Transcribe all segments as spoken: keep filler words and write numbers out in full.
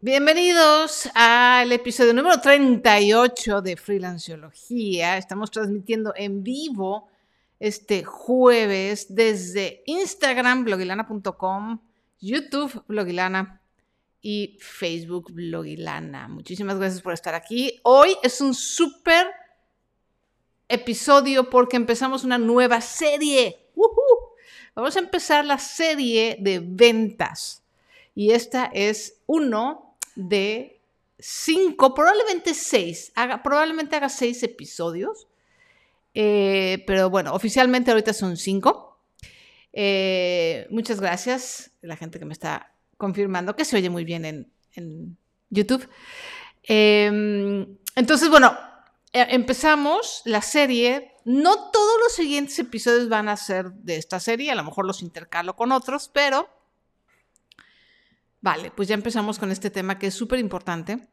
Bienvenidos al episodio número treinta y ocho de Freelanceología. Estamos transmitiendo en vivo este jueves desde Instagram, blogilana punto com, YouTube, Blogilana y Facebook, Blogilana. Muchísimas gracias por estar aquí. Hoy es un súper episodio porque empezamos una nueva serie. ¡Woohoo! Vamos a empezar la serie de ventas. Y esta es uno de cinco, probablemente seis, haga, probablemente haga seis episodios, eh, pero bueno, oficialmente ahorita son cinco. Eh, muchas gracias a la gente que me está confirmando que se oye muy bien en, en YouTube. Eh, entonces, bueno, eh, empezamos la serie. No todos los siguientes episodios van a ser de esta serie, a lo mejor los intercalo con otros, pero vale, pues ya empezamos con este tema que es súper importante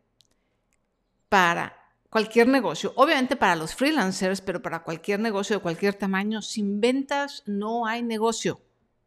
para cualquier negocio. Obviamente para los freelancers, pero para cualquier negocio de cualquier tamaño. Sin ventas no hay negocio.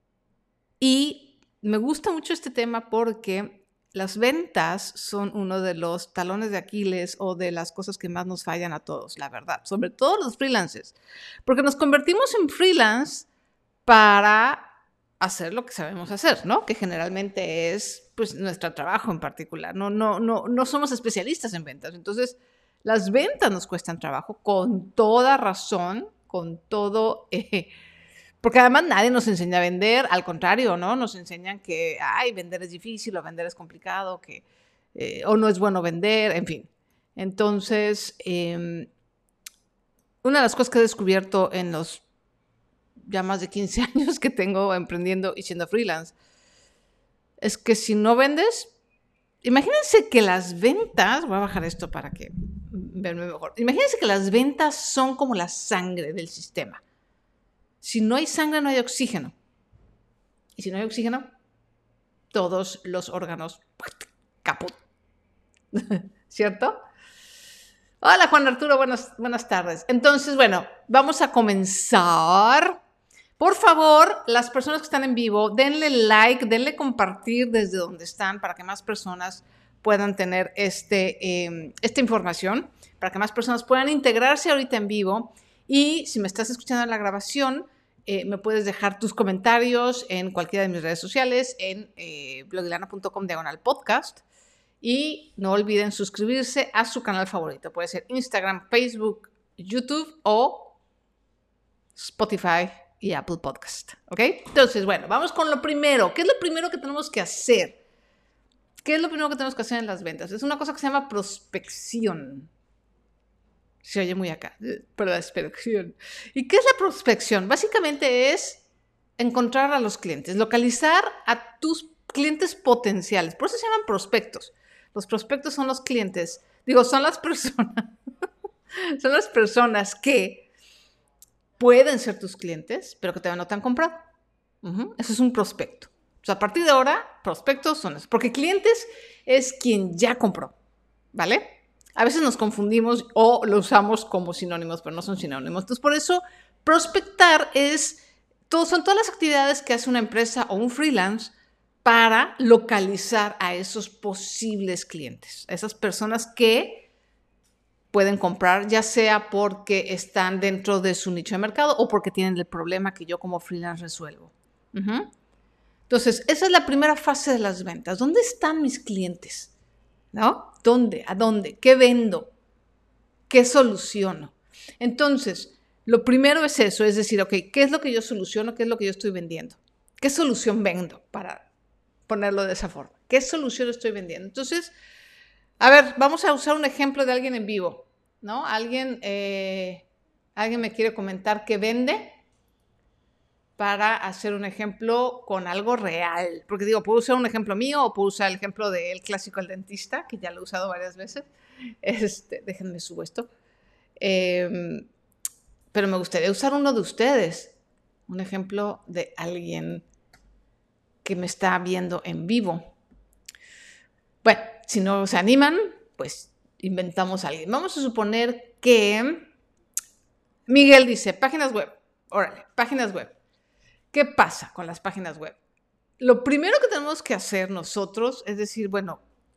Y me gusta mucho este tema porque las ventas son uno de los talones de Aquiles o de las cosas que más nos fallan a todos, la verdad. Sobre todo los freelancers. Porque nos convertimos en freelance para hacer lo que sabemos hacer, ¿no? Que generalmente es pues nuestro trabajo en particular. No, no, no, no somos especialistas en ventas. Entonces, las ventas nos cuestan trabajo con toda razón, con todo, eh, porque además nadie nos enseña a vender, al contrario, ¿no? Nos enseñan que, ay, vender es difícil o vender es complicado, que, eh, o no es bueno vender, en fin. Entonces, eh, una de las cosas que he descubierto en los ya más de quince años que tengo emprendiendo y siendo freelance, es que si no vendes, imagínense que las ventas, voy a bajar esto para que verme mejor, imagínense que las ventas son como la sangre del sistema. Si no hay sangre, no hay oxígeno. Y si no hay oxígeno, todos los órganos caput. ¿Cierto? Hola, Juan Arturo, buenas, buenas tardes. Entonces, bueno, vamos a comenzar. Por favor, las personas que están en vivo, denle like, denle compartir desde donde están para que más personas puedan tener este, eh, esta información, para que más personas puedan integrarse ahorita en vivo. Y si me estás escuchando en la grabación, eh, me puedes dejar tus comentarios en cualquiera de mis redes sociales, en eh, blogilana punto com diagonal podcast. Y no olviden suscribirse a su canal favorito. Puede ser Instagram, Facebook, YouTube o Spotify y Apple Podcast, ¿ok? Entonces, bueno, vamos con lo primero. ¿Qué es lo primero que tenemos que hacer? ¿Qué es lo primero que tenemos que hacer en las ventas? Es una cosa que se llama prospección. Se oye muy acá, prospección. ¿Y qué es la prospección? Básicamente es encontrar a los clientes, localizar a tus clientes potenciales. Por eso se llaman prospectos. Los prospectos son los clientes, digo, son las personas, son las personas que pueden ser tus clientes, pero que todavía no te han comprado. Uh-huh. Eso es un prospecto. O sea, a partir de ahora, prospectos son esos. Porque clientes es quien ya compró, ¿vale? A veces nos confundimos o lo usamos como sinónimos, pero no son sinónimos. Entonces, por eso, prospectar es, todo, son todas las actividades que hace una empresa o un freelance para localizar a esos posibles clientes, a esas personas que pueden comprar, ya sea porque están dentro de su nicho de mercado o porque tienen el problema que yo como freelance resuelvo. Uh-huh. Entonces, esa es la primera fase de las ventas. ¿Dónde están mis clientes? ¿No? ¿Dónde? ¿A dónde? ¿Qué vendo? ¿Qué soluciono? Entonces, lo primero es eso, es decir, ok, ¿qué es lo que yo soluciono? ¿Qué es lo que yo estoy vendiendo? ¿Qué solución vendo? Para ponerlo de esa forma. ¿Qué solución estoy vendiendo? Entonces, a ver, vamos a usar un ejemplo de alguien en vivo, ¿no? Alguien, eh, alguien me quiere comentar qué vende para hacer un ejemplo con algo real. Porque digo, puedo usar un ejemplo mío o puedo usar el ejemplo del clásico del dentista, que ya lo he usado varias veces. Este, déjenme subo esto. Eh, pero me gustaría usar uno de ustedes. Un ejemplo de alguien que me está viendo en vivo. Bueno, si no se animan, pues inventamos a alguien. Vamos a suponer que Miguel dice, páginas web. Órale, páginas web. ¿Qué pasa con las páginas web? Lo primero que tenemos que hacer nosotros es decir, bueno,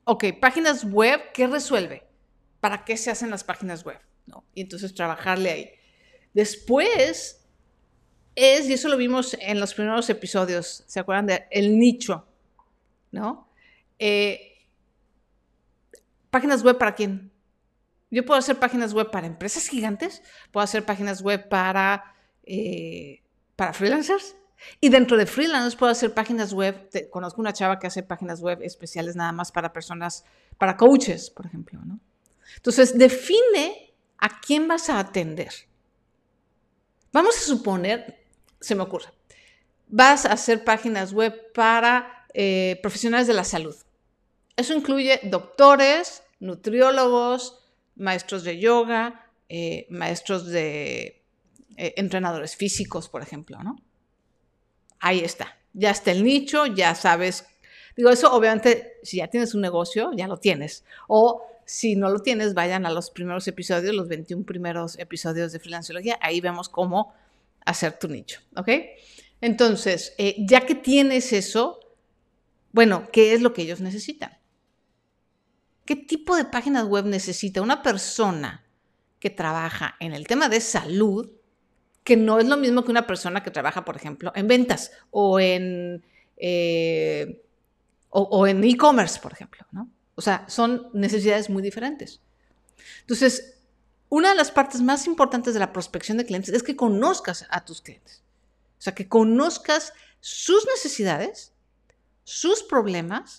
ok, páginas web, ¿qué resuelve? ¿Para qué se hacen las páginas web? ¿No? Y entonces trabajarle ahí. Después es, y eso lo vimos en los primeros episodios, ¿se acuerdan de el nicho? ¿No? Eh, ¿Páginas web para quién? Yo puedo hacer páginas web para empresas gigantes, puedo hacer páginas web para, eh, para freelancers, y dentro de freelancers puedo hacer páginas web. Te, conozco una chava que hace páginas web especiales nada más para personas, para coaches, por ejemplo, ¿no? Entonces, define a quién vas a atender. Vamos a suponer, se me ocurre, vas a hacer páginas web para eh, profesionales de la salud. Eso incluye doctores, nutriólogos, maestros de yoga, eh, maestros de eh, entrenadores físicos, por ejemplo, ¿no? Ahí está. Ya está el nicho, ya sabes. Digo, eso obviamente, si ya tienes un negocio, ya lo tienes. O si no lo tienes, vayan a los primeros episodios, los veintiún primeros episodios de Freelanciología. Ahí vemos cómo hacer tu nicho, ¿ok? Entonces, eh, ya que tienes eso, bueno, ¿qué es lo que ellos necesitan? ¿Qué tipo de páginas web necesita una persona que trabaja en el tema de salud, que no es lo mismo que una persona que trabaja, por ejemplo, en ventas o en eh, o, o en e-commerce, por ejemplo, ¿no? O sea, son necesidades muy diferentes. Entonces, una de las partes más importantes de la prospección de clientes es que conozcas a tus clientes. O sea, que conozcas sus necesidades, sus problemas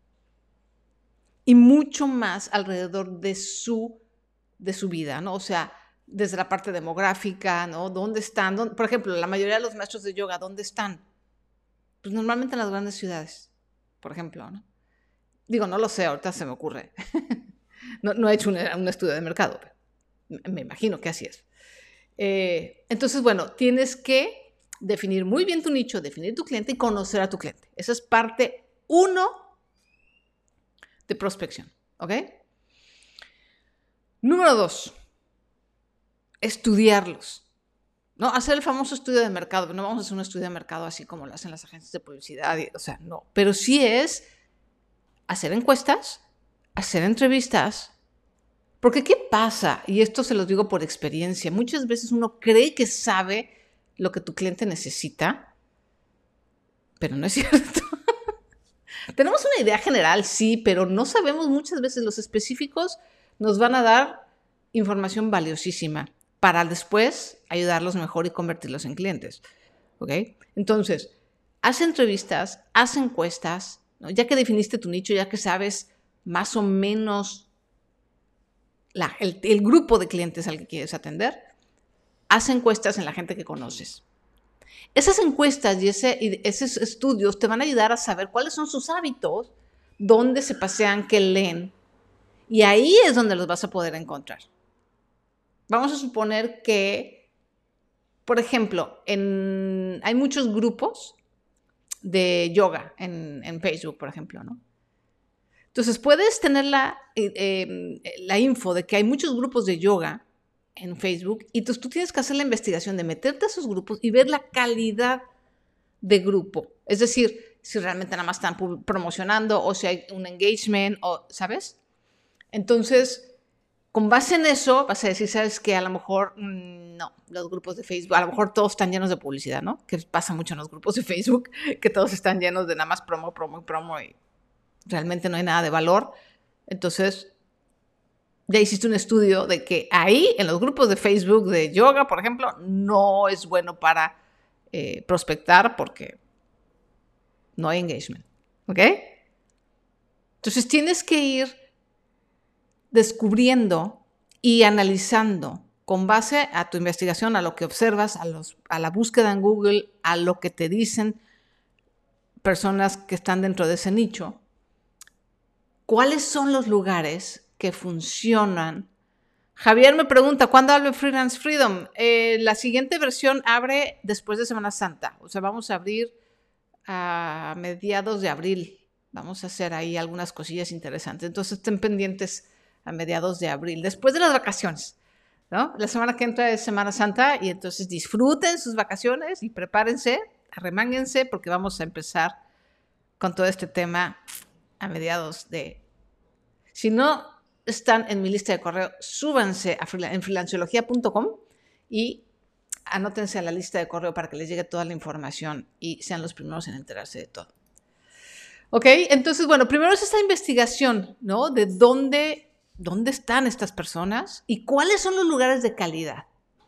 y mucho más alrededor de su, de su vida, ¿no? O sea, desde la parte demográfica, ¿no? ¿Dónde están? ¿Dónde? Por ejemplo, la mayoría de los maestros de yoga, ¿dónde están? Pues normalmente en las grandes ciudades, por ejemplo, ¿no? Digo, no lo sé, ahorita se me ocurre. no, no he hecho un, un estudio de mercado, pero me imagino que así es. Eh, entonces, bueno, tienes que definir muy bien tu nicho, definir tu cliente y conocer a tu cliente. Esa es parte uno de prospección, ¿ok? Número dos, estudiarlos. ¿No? Hacer el famoso estudio de mercado. No vamos a hacer un estudio de mercado así como lo hacen las agencias de publicidad. Y, o sea, no. Pero sí es hacer encuestas, hacer entrevistas. Porque ¿qué pasa? Y esto se los digo por experiencia. Muchas veces uno cree que sabe lo que tu cliente necesita, pero no es cierto. Tenemos una idea general, sí, pero no sabemos muchas veces. Los específicos nos van a dar información valiosísima para después ayudarlos mejor y convertirlos en clientes, ¿ok? Entonces, haz entrevistas, haz encuestas, ¿no? Ya que definiste tu nicho, ya que sabes más o menos la, el, el grupo de clientes al que quieres atender, haz encuestas en la gente que conoces. Esas encuestas y, ese, y esos estudios te van a ayudar a saber cuáles son sus hábitos, dónde se pasean, qué leen, y ahí es donde los vas a poder encontrar. Vamos a suponer que, por ejemplo, en, hay muchos grupos de yoga en, en Facebook, por ejemplo, ¿no? Entonces, puedes tener la, eh, la info de que hay muchos grupos de yoga en Facebook y entonces tú tienes que hacer la investigación de meterte a esos grupos y ver la calidad de grupo. Es decir, si realmente nada más están promocionando o si hay un engagement, o, ¿sabes? Entonces, con base en eso, vas a decir, ¿sabes qué? A lo mejor, mmm, no, los grupos de Facebook, a lo mejor todos están llenos de publicidad, ¿no? Que pasa mucho en los grupos de Facebook, que todos están llenos de nada más promo, promo y promo y realmente no hay nada de valor. Entonces, ya hiciste un estudio de que ahí, en los grupos de Facebook de yoga, por ejemplo, no es bueno para eh, prospectar porque no hay engagement, ¿ok? Entonces, tienes que ir descubriendo y analizando con base a tu investigación, a lo que observas, a, los, a la búsqueda en Google, a lo que te dicen personas que están dentro de ese nicho, cuáles son los lugares que funcionan. Javier me pregunta, ¿cuándo abre Freelance Freedom? Eh, la siguiente versión abre después de Semana Santa. O sea, vamos a abrir a mediados de abril. Vamos a hacer ahí algunas cosillas interesantes. Entonces, estén pendientes a mediados de abril, después de las vacaciones, ¿no? La semana que entra es Semana Santa y entonces disfruten sus vacaciones y prepárense, arremánguense porque vamos a empezar con todo este tema a mediados de Si no están en mi lista de correo, súbanse a freela- en freelanciología punto com y anótense a la lista de correo para que les llegue toda la información y sean los primeros en enterarse de todo. ¿Ok? Entonces, bueno, primero es esta investigación, ¿no? De dónde, dónde están estas personas y cuáles son los lugares de calidad.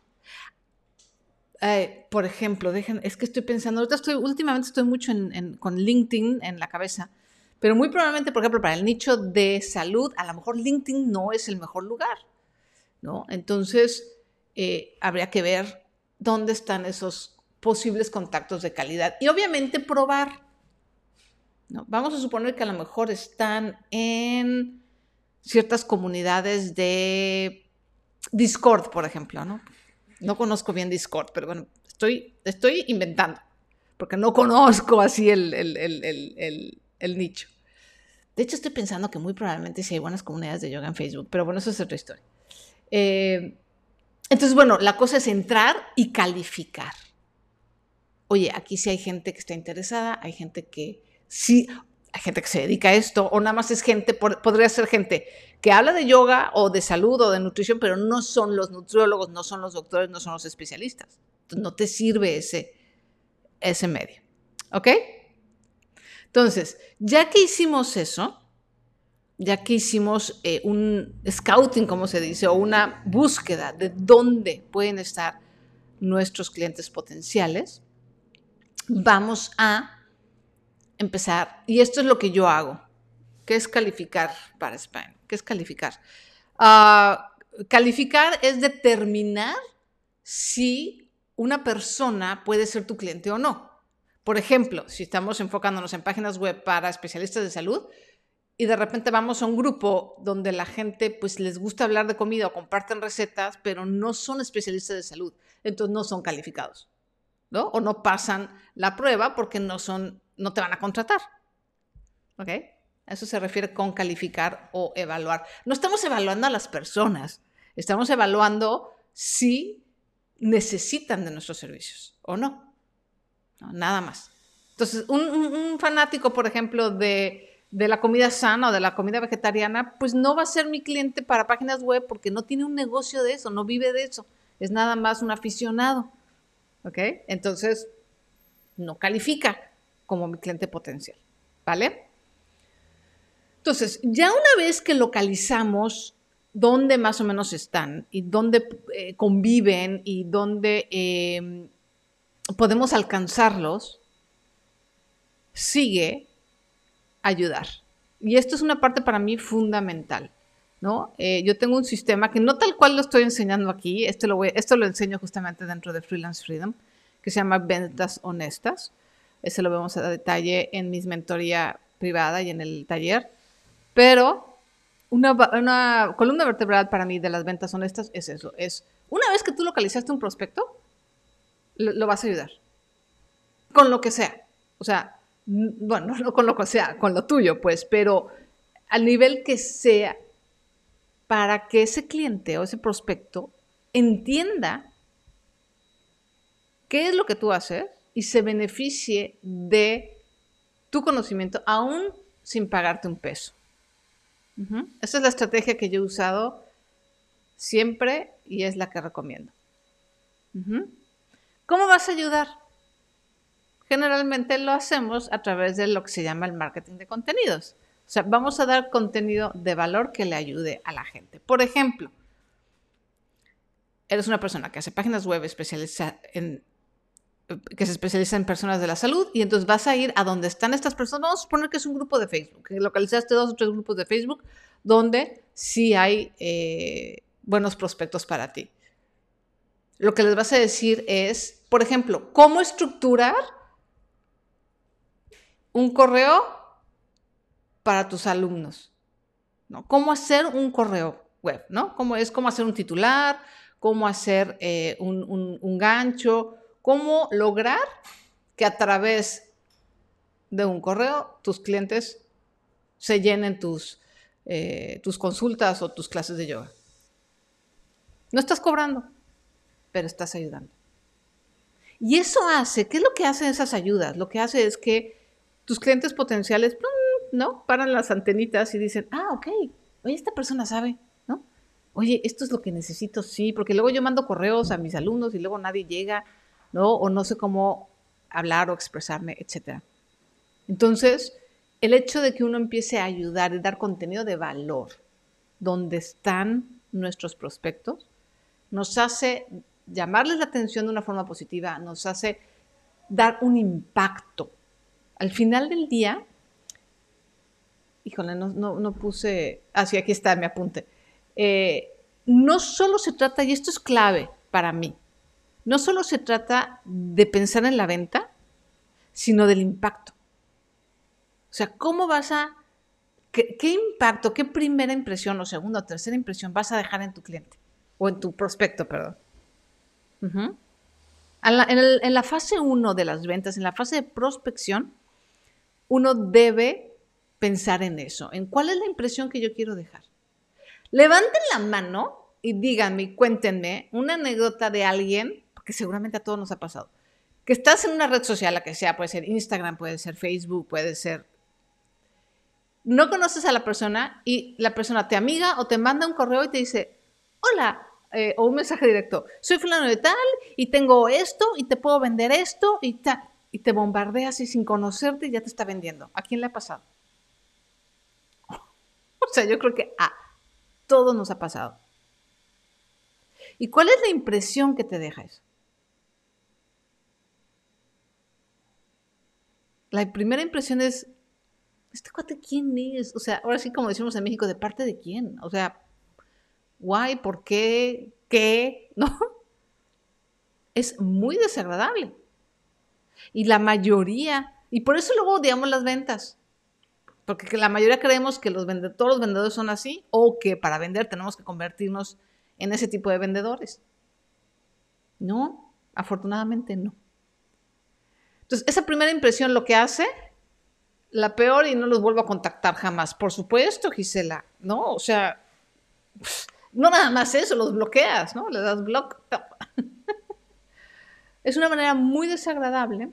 Eh, por ejemplo, dejen, es que estoy pensando, ahorita estoy, últimamente estoy mucho en, en, con LinkedIn en la cabeza, pero muy probablemente, por ejemplo, para el nicho de salud, a lo mejor LinkedIn no es el mejor lugar, ¿no? Entonces, eh, habría que ver dónde están esos posibles contactos de calidad y obviamente probar, ¿no? Vamos a suponer que a lo mejor están en ciertas comunidades de Discord, por ejemplo, ¿no? No conozco bien Discord, pero bueno, estoy, estoy inventando, porque no conozco así el, el, el, el, el, el nicho. De hecho, estoy pensando que muy probablemente sí hay buenas comunidades de yoga en Facebook, pero bueno, eso es otra historia. Eh, entonces, bueno, la cosa es entrar y calificar. Oye, aquí sí hay gente que está interesada, hay gente que sí, hay gente que se dedica a esto, o nada más es gente, podría ser gente que habla de yoga o de salud o de nutrición, pero no son los nutriólogos, no son los doctores, no son los especialistas. Entonces, no te sirve ese, ese medio. ¿Ok? Entonces, ya que hicimos eso, ya que hicimos eh, un scouting, como se dice, o una búsqueda de dónde pueden estar nuestros clientes potenciales, vamos a empezar, y esto es lo que yo hago. ¿Qué es calificar para España? ¿Qué es calificar? Uh, calificar es determinar si una persona puede ser tu cliente o no. Por ejemplo, si estamos enfocándonos en páginas web para especialistas de salud y de repente vamos a un grupo donde la gente pues les gusta hablar de comida o comparten recetas, pero no son especialistas de salud, entonces no son calificados, ¿no? O no pasan la prueba porque no son, no te van a contratar. ¿Ok? A eso se refiere con calificar o evaluar. No estamos evaluando a las personas, estamos evaluando si necesitan de nuestros servicios o no. No, nada más. Entonces, un, un, un fanático, por ejemplo, de, de la comida sana o de la comida vegetariana, pues no va a ser mi cliente para páginas web porque no tiene un negocio de eso, no vive de eso. Es nada más un aficionado. ¿Ok? Entonces, no califica como mi cliente potencial. ¿Vale? Entonces, ya una vez que localizamos dónde más o menos están y dónde eh, conviven y dónde eh, podemos alcanzarlos, sigue ayudar. Y esto es una parte para mí fundamental, ¿no? Eh, yo tengo un sistema que no tal cual lo estoy enseñando aquí, esto lo, voy, esto lo enseño justamente dentro de Freelance Freedom, que se llama Ventas Honestas. Ese lo vemos a detalle en mis mentoría privada y en el taller. Pero una, una columna vertebral para mí de las ventas honestas es eso, es una vez que tú localizaste un prospecto, lo, lo vas a ayudar, con lo que sea. O sea, bueno, no con lo que sea, con lo tuyo, pues, pero al nivel que sea, para que ese cliente o ese prospecto entienda qué es lo que tú haces y se beneficie de tu conocimiento, aún sin pagarte un peso. Uh-huh. Esa es la estrategia que yo he usado siempre y es la que recomiendo. Uh-huh. ¿Cómo vas a ayudar? Generalmente lo hacemos a través de lo que se llama el marketing de contenidos. O sea, vamos a dar contenido de valor que le ayude a la gente. Por ejemplo, eres una persona que hace páginas web especializa en, que se especializa en personas de la salud y entonces vas a ir a donde están estas personas. Vamos a suponer que es un grupo de Facebook, que localizaste dos o tres grupos de Facebook donde sí hay eh, buenos prospectos para ti. Lo que les vas a decir es, por ejemplo, cómo estructurar un correo para tus alumnos, ¿no? Cómo hacer un correo web, ¿no? Cómo es cómo hacer un titular, cómo hacer eh, un, un, un gancho, cómo lograr que a través de un correo tus clientes se llenen tus, eh, tus consultas o tus clases de yoga. No estás cobrando, pero estás ayudando. Y eso hace, ¿qué es lo que hacen esas ayudas? Lo que hace es que tus clientes potenciales, ¿no? Paran las antenitas y dicen, ah, ok, Oye, esta persona sabe, ¿no? Oye, esto es lo que necesito, sí, porque luego yo mando correos a mis alumnos y luego nadie llega, ¿no? O no sé cómo hablar o expresarme, etcétera. Entonces, el hecho de que uno empiece a ayudar y dar contenido de valor donde están nuestros prospectos, nos hace llamarles la atención de una forma positiva, nos hace dar un impacto. Al final del día, híjole, no, no, no puse, ah, sí, aquí está mi apunte. Eh, no solo se trata, y esto es clave para mí, no solo se trata de pensar en la venta, sino del impacto. O sea, ¿cómo vas a, qué, qué impacto, qué primera impresión o segunda o tercera impresión vas a dejar en tu cliente o en tu prospecto, perdón? Uh-huh. En, la, en, el, en la fase uno de las ventas, en la fase de prospección, uno debe pensar en eso, en cuál es la impresión que yo quiero dejar. Levanten la mano y díganme, cuéntenme una anécdota de alguien, porque seguramente a todos nos ha pasado, que estás en una red social, la que sea, puede ser Instagram, puede ser Facebook, puede ser... No conoces a la persona y la persona te amiga o te manda un correo y te dice, hola, eh, o un mensaje directo, soy fulano de tal y tengo esto y te puedo vender esto y tal. Y te bombardea así sin conocerte y ya te está vendiendo. ¿A quién le ha pasado? O sea, yo creo que a todos nos ha pasado. ¿Y cuál es la impresión que te deja eso? La primera impresión es, ¿este cuate quién es? O sea, ahora sí como decimos en México, ¿de parte de quién? O sea, ¿why? ¿Por qué? ¿Qué? ¿No? Es muy desagradable. Y la mayoría, y por eso luego odiamos las ventas. Porque la mayoría creemos que los vendedores, todos los vendedores son así o que para vender tenemos que convertirnos en ese tipo de vendedores. No, afortunadamente no. Entonces, esa primera impresión lo que hace, la peor, y no los vuelvo a contactar jamás. Por supuesto, Gisela, ¿no? O sea, no nada más eso, los bloqueas, ¿no? Le das block. Es una manera muy desagradable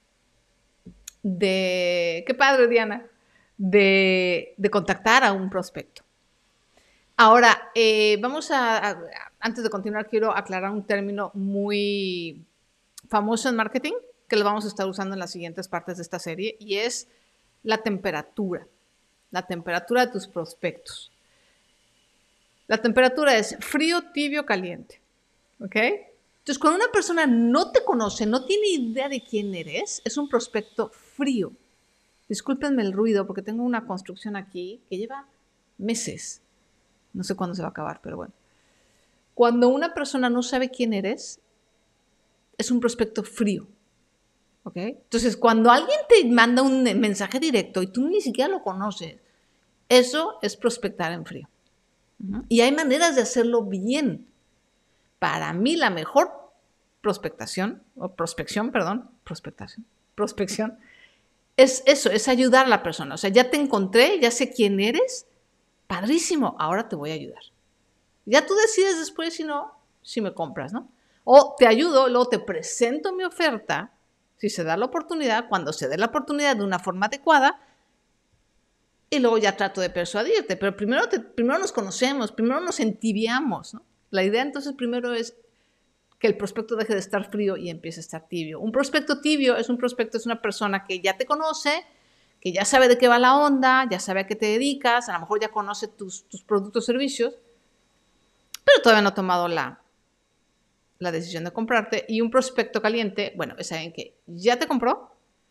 de, qué padre, Diana, de, de contactar a un prospecto. Ahora, eh, vamos a, a, antes de continuar, quiero aclarar un término muy famoso en marketing, que lo vamos a estar usando en las siguientes partes de esta serie, y es la temperatura, la temperatura de tus prospectos. La temperatura es frío, tibio, caliente, ¿ok? Entonces, cuando una persona no te conoce, no tiene idea de quién eres, es un prospecto frío. Discúlpenme el ruido, porque tengo una construcción aquí que lleva meses. No sé cuándo se va a acabar, pero bueno. Cuando una persona no sabe quién eres, es un prospecto frío. ¿Ok? Entonces, cuando alguien te manda un mensaje directo y tú ni siquiera lo conoces, eso es prospectar en frío. Uh-huh. Y hay maneras de hacerlo bien. Para mí, la mejor prospectación, o prospección, perdón, prospectación, prospección, es eso, es ayudar a la persona. O sea, ya te encontré, ya sé quién eres, padrísimo, ahora te voy a ayudar. Ya tú decides después si no, si me compras, ¿no? O te ayudo, luego te presento mi oferta, si se da la oportunidad, cuando se dé la oportunidad de una forma adecuada, y luego ya trato de persuadirte, pero primero, te, primero nos conocemos, primero nos entibiamos, ¿no? La idea entonces primero es que el prospecto deje de estar frío y empiece a estar tibio. Un prospecto tibio es un prospecto, es una persona que ya te conoce, que ya sabe de qué va la onda, ya sabe a qué te dedicas, a lo mejor ya conoce tus, tus productos o servicios, pero todavía no ha tomado la, la decisión de comprarte. Y un prospecto caliente, bueno, es alguien que ya te compró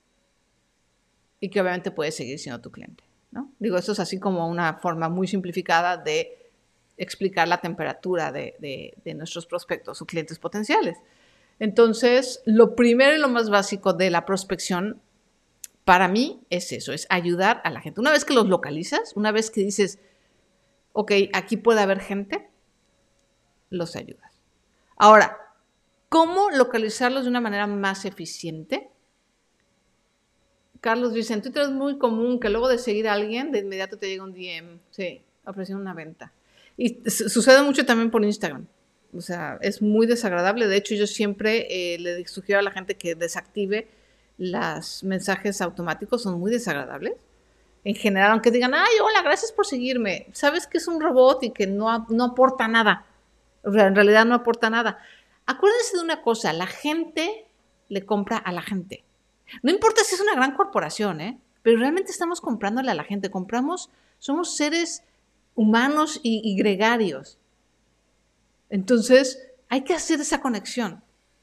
y que obviamente puede seguir siendo tu cliente, ¿no? Digo, esto es así como una forma muy simplificada de explicar la temperatura de, de, de nuestros prospectos o clientes potenciales. Entonces, lo primero y lo más básico de la prospección para mí es eso, es ayudar a la gente. Una vez que los localizas, una vez que dices, ok, aquí puede haber gente, los ayudas. Ahora, ¿cómo localizarlos de una manera más eficiente? Carlos dice, en Twitter es muy común que luego de seguir a alguien, de inmediato te llega un D M, sí, ofreciendo una venta. Y sucede mucho también por Instagram. O sea, es muy desagradable. De hecho, yo siempre eh, le sugiero a la gente que desactive los mensajes automáticos. Son muy desagradables. en general, aunque digan, ay, hola, gracias por seguirme, sabes que es un robot y que no, no aporta nada. O sea, en realidad no aporta nada. Acuérdense de una cosa, la gente le compra a la gente. No importa si es una gran corporación, ¿eh? Pero realmente estamos comprándole a la gente. Compramos, somos seres humanos y, y gregarios. Entonces, hay que hacer esa conexión.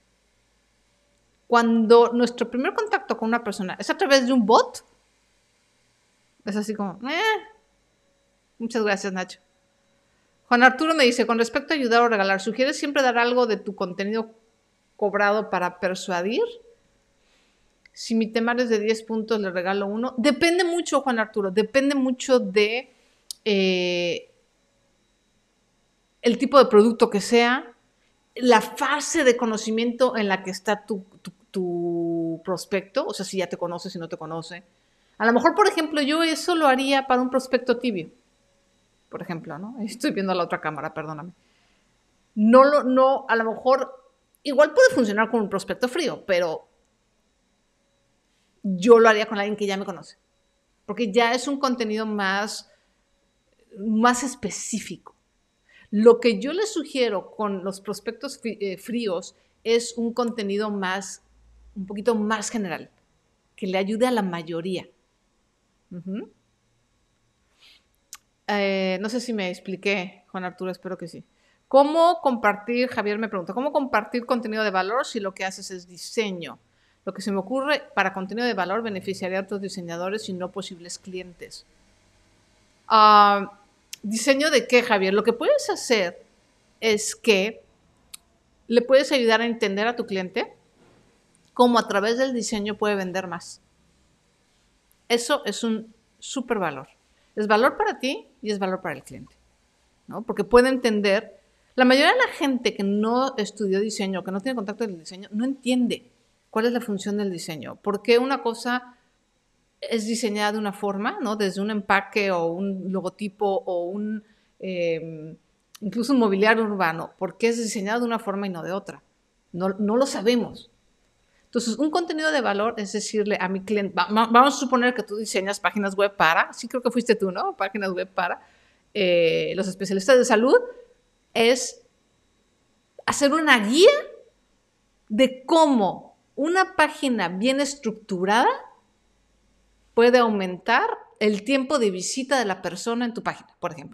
Cuando nuestro primer contacto con una persona es a través de un bot, es así como, eh, muchas gracias, Nacho. Juan Arturo me dice, con respecto a ayudar o regalar, ¿sugieres siempre dar algo de tu contenido cobrado para persuadir? Si mi temario es de diez puntos, le regalo uno. Depende mucho, Juan Arturo, depende mucho de eh, el tipo de producto que sea, la fase de conocimiento en la que está tu, tu, tu prospecto, o sea, si ya te conoce, si no te conoce. A lo mejor, por ejemplo, yo eso lo haría para un prospecto tibio, por ejemplo, ¿no? Estoy viendo la otra cámara, perdóname. No, lo, no, a lo mejor, igual puede funcionar con un prospecto frío, pero yo lo haría con alguien que ya me conoce, porque ya es un contenido más, más específico. Lo que yo les sugiero con los prospectos fríos es un contenido más, un poquito más general, que le ayude a la mayoría. Uh-huh. Eh, no sé si me expliqué, Juan Arturo, espero que sí. ¿Cómo compartir? Javier me pregunta, ¿cómo compartir contenido de valor si lo que haces es diseño? Lo que se me ocurre para contenido de valor beneficiaría a otros diseñadores y no posibles clientes. Uh, ¿Diseño de qué, Javier? Lo que puedes hacer es que le puedes ayudar a entender a tu cliente cómo a través del diseño puede vender más. Eso es un súper valor. Es valor para ti y es valor para el cliente, ¿no? Porque puede entender. La mayoría de la gente que no estudió diseño, que no tiene contacto con el diseño, no entiende cuál es la función del diseño. ¿Por qué una cosa es diseñada de una forma, ¿no? Desde un empaque o un logotipo o un, eh, incluso un mobiliario urbano. ¿Por qué es diseñado de una forma y no de otra? No, no lo sabemos. Entonces, un contenido de valor es decirle a mi cliente, vamos a suponer que tú diseñas páginas web para, sí creo que fuiste tú, ¿no? Páginas web para eh, los especialistas de salud, es hacer una guía de cómo una página bien estructurada puede aumentar el tiempo de visita de la persona en tu página, por ejemplo.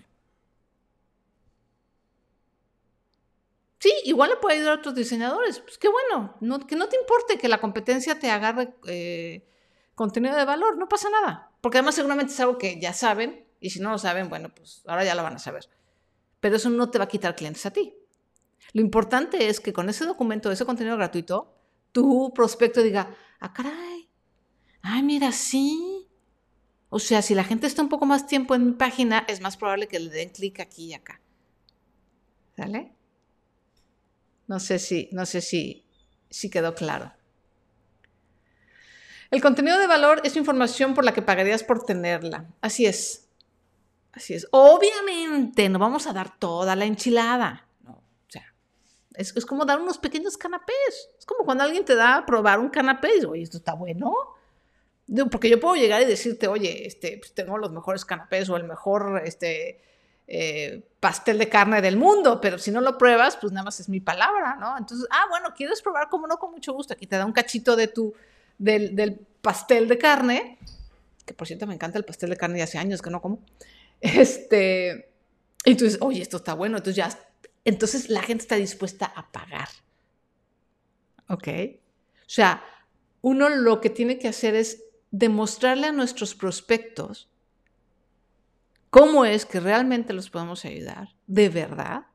Sí, igual le puede ayudar a otros diseñadores. Pues qué bueno, no, que no te importe que la competencia te agarre eh, contenido de valor, no pasa nada. Porque además seguramente es algo que ya saben y si no lo saben, bueno, pues ahora ya lo van a saber. Pero eso no te va a quitar clientes a ti. Lo importante es que con ese documento, ese contenido gratuito, tu prospecto diga, ah, caray, ay, mira, sí. O sea, si la gente está un poco más tiempo en mi página, es más probable que le den clic aquí y acá. ¿Sale? No sé si, no sé si, si quedó claro. El contenido de valor es información por la que pagarías por tenerla. Así es. Así es. Obviamente no vamos a dar toda la enchilada. No, o sea, es, es como dar unos pequeños canapés. Es como cuando alguien te da a probar un canapé y dices, oye, esto está bueno. Porque yo puedo llegar y decirte, oye, este, pues tengo los mejores canapés o el mejor este, eh, pastel de carne del mundo, pero si no lo pruebas, pues nada más es mi palabra, ¿no? Entonces, ah, bueno, ¿quieres probar? Como no, con mucho gusto. Aquí te da un cachito de tu, del, del pastel de carne, que por cierto me encanta el pastel de carne y hace años que no como. Este, y tú dices, oye, esto está bueno. Entonces ya, entonces la gente está dispuesta a pagar. ¿Ok? O sea, uno lo que tiene que hacer es demostrarle a nuestros prospectos cómo es que realmente los podemos ayudar, de verdad,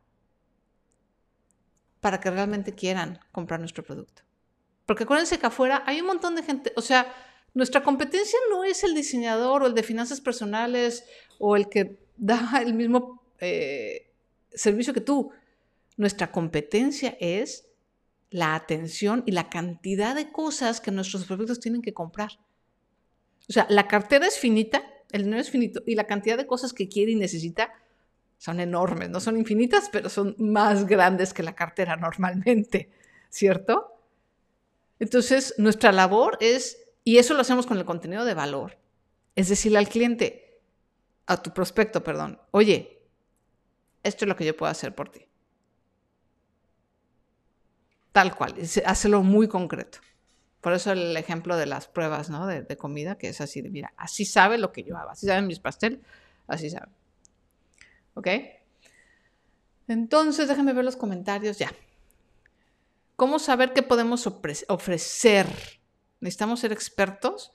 para que realmente quieran comprar nuestro producto. Porque acuérdense que afuera hay un montón de gente, o sea, nuestra competencia no es el diseñador o el de finanzas personales o el que da el mismo eh, servicio que tú. Nuestra competencia es la atención y la cantidad de cosas que nuestros prospectos tienen que comprar. O sea, la cartera es finita, el dinero es finito y la cantidad de cosas que quiere y necesita son enormes. No son infinitas, pero son más grandes que la cartera normalmente, ¿cierto? Entonces, nuestra labor es, y eso lo hacemos con el contenido de valor, es decirle al cliente, a tu prospecto, perdón, oye, esto es lo que yo puedo hacer por ti. Tal cual, hacerlo muy concreto. Por eso el ejemplo de las pruebas, ¿no? de, de comida, que es así de, mira, así sabe lo que yo hago, así saben mis pasteles, así sabe. ¿Ok? Entonces, déjame ver los comentarios ya. ¿Cómo saber qué podemos ofrecer? ¿Necesitamos ser expertos?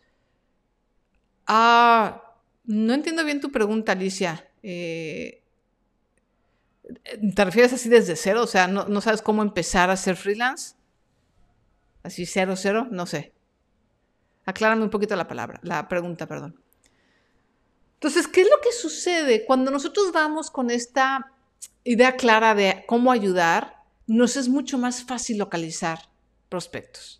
Ah, no entiendo bien tu pregunta, Alicia. Eh, ¿Te refieres así desde cero? O sea, ¿no, no sabes cómo empezar a ser freelance? Así cero, cero, no sé. Aclárame un poquito la palabra, la pregunta, perdón. Entonces, ¿qué es lo que sucede cuando nosotros vamos con esta idea clara de cómo ayudar? Nos es mucho más fácil localizar prospectos.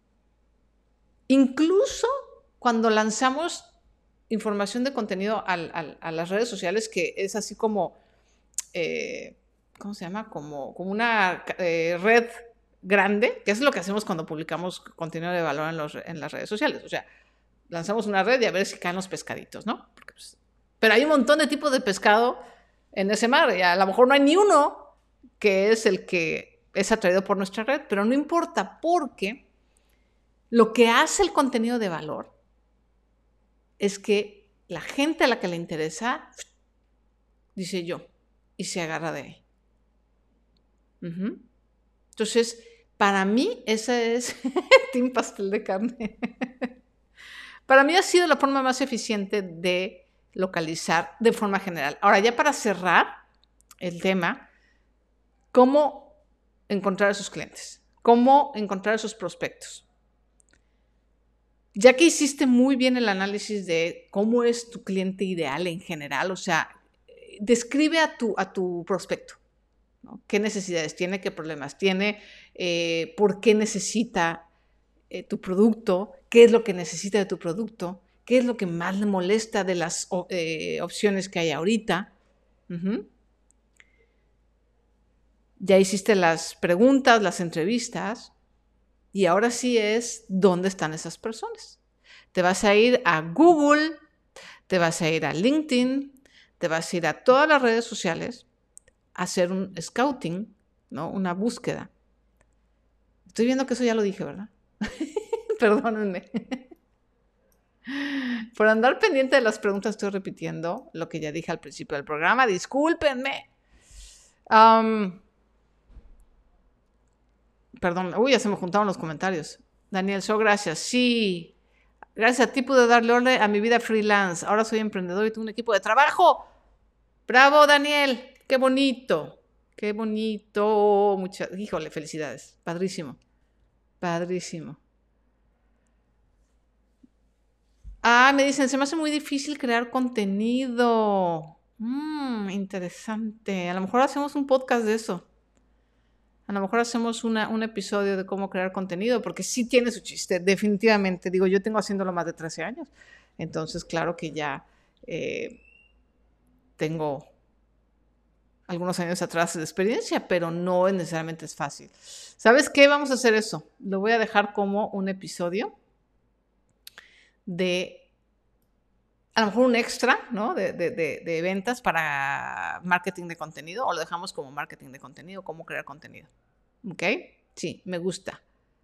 Incluso cuando lanzamos información de contenido al, al, a las redes sociales, que es así como, eh, ¿cómo se llama? Como, como una eh, red grande, que es lo que hacemos cuando publicamos contenido de valor en, los, en las redes sociales. O sea, lanzamos una red y a ver si caen los pescaditos, ¿no? Porque, pues, pero hay un montón de tipos de pescado en ese mar y a lo mejor no hay ni uno que es el que es atraído por nuestra red, pero no importa porque lo que hace el contenido de valor es que la gente a la que le interesa dice yo y se agarra de ahí. Uh-huh. Entonces, para mí esa es Team Pastel de Carne. Para mí ha sido la forma más eficiente de localizar de forma general. Ahora, ya para cerrar el tema, ¿cómo encontrar a sus clientes? ¿Cómo encontrar a sus prospectos? Ya que hiciste muy bien el análisis de cómo es tu cliente ideal en general, o sea, describe a tu, a tu prospecto, ¿no? ¿Qué necesidades tiene? ¿Qué problemas tiene? Eh, ¿Por qué necesita eh, tu producto? ¿Qué es lo que necesita de tu producto? ¿Qué es lo que más le molesta de las eh, opciones que hay ahorita? Uh-huh. Ya hiciste las preguntas, las entrevistas, y ahora sí es dónde están esas personas. Te vas a ir a Google, te vas a ir a LinkedIn, te vas a ir a todas las redes sociales a hacer un scouting, ¿no? Una búsqueda. Estoy viendo que eso ya lo dije, ¿verdad? Perdónenme. Por andar pendiente de las preguntas estoy repitiendo lo que ya dije al principio del programa. Discúlpenme. Um, perdón, uy, ya se me juntaron los comentarios. Daniel, so gracias. Sí, gracias a ti pude darle orden a mi vida freelance. Ahora soy emprendedor y tengo un equipo de trabajo. Bravo, Daniel. Qué bonito. Qué bonito. Mucha, híjole, felicidades. Padrísimo. Padrísimo. Ah, me dicen, se me hace muy difícil crear contenido. Mmm, interesante. A lo mejor hacemos un podcast de eso. A lo mejor hacemos una, un episodio de cómo crear contenido, porque sí tiene su chiste, definitivamente. Digo, yo tengo haciéndolo más de trece años. Entonces, claro que ya eh, tengo algunos años atrás de experiencia, pero no necesariamente es fácil. ¿Sabes qué? Vamos a hacer eso. Lo voy a dejar como un episodio de, a lo mejor un extra, ¿no? De, de, de, de ventas para marketing de contenido, o lo dejamos como marketing de contenido, cómo crear contenido. ¿Ok? Sí, me gusta.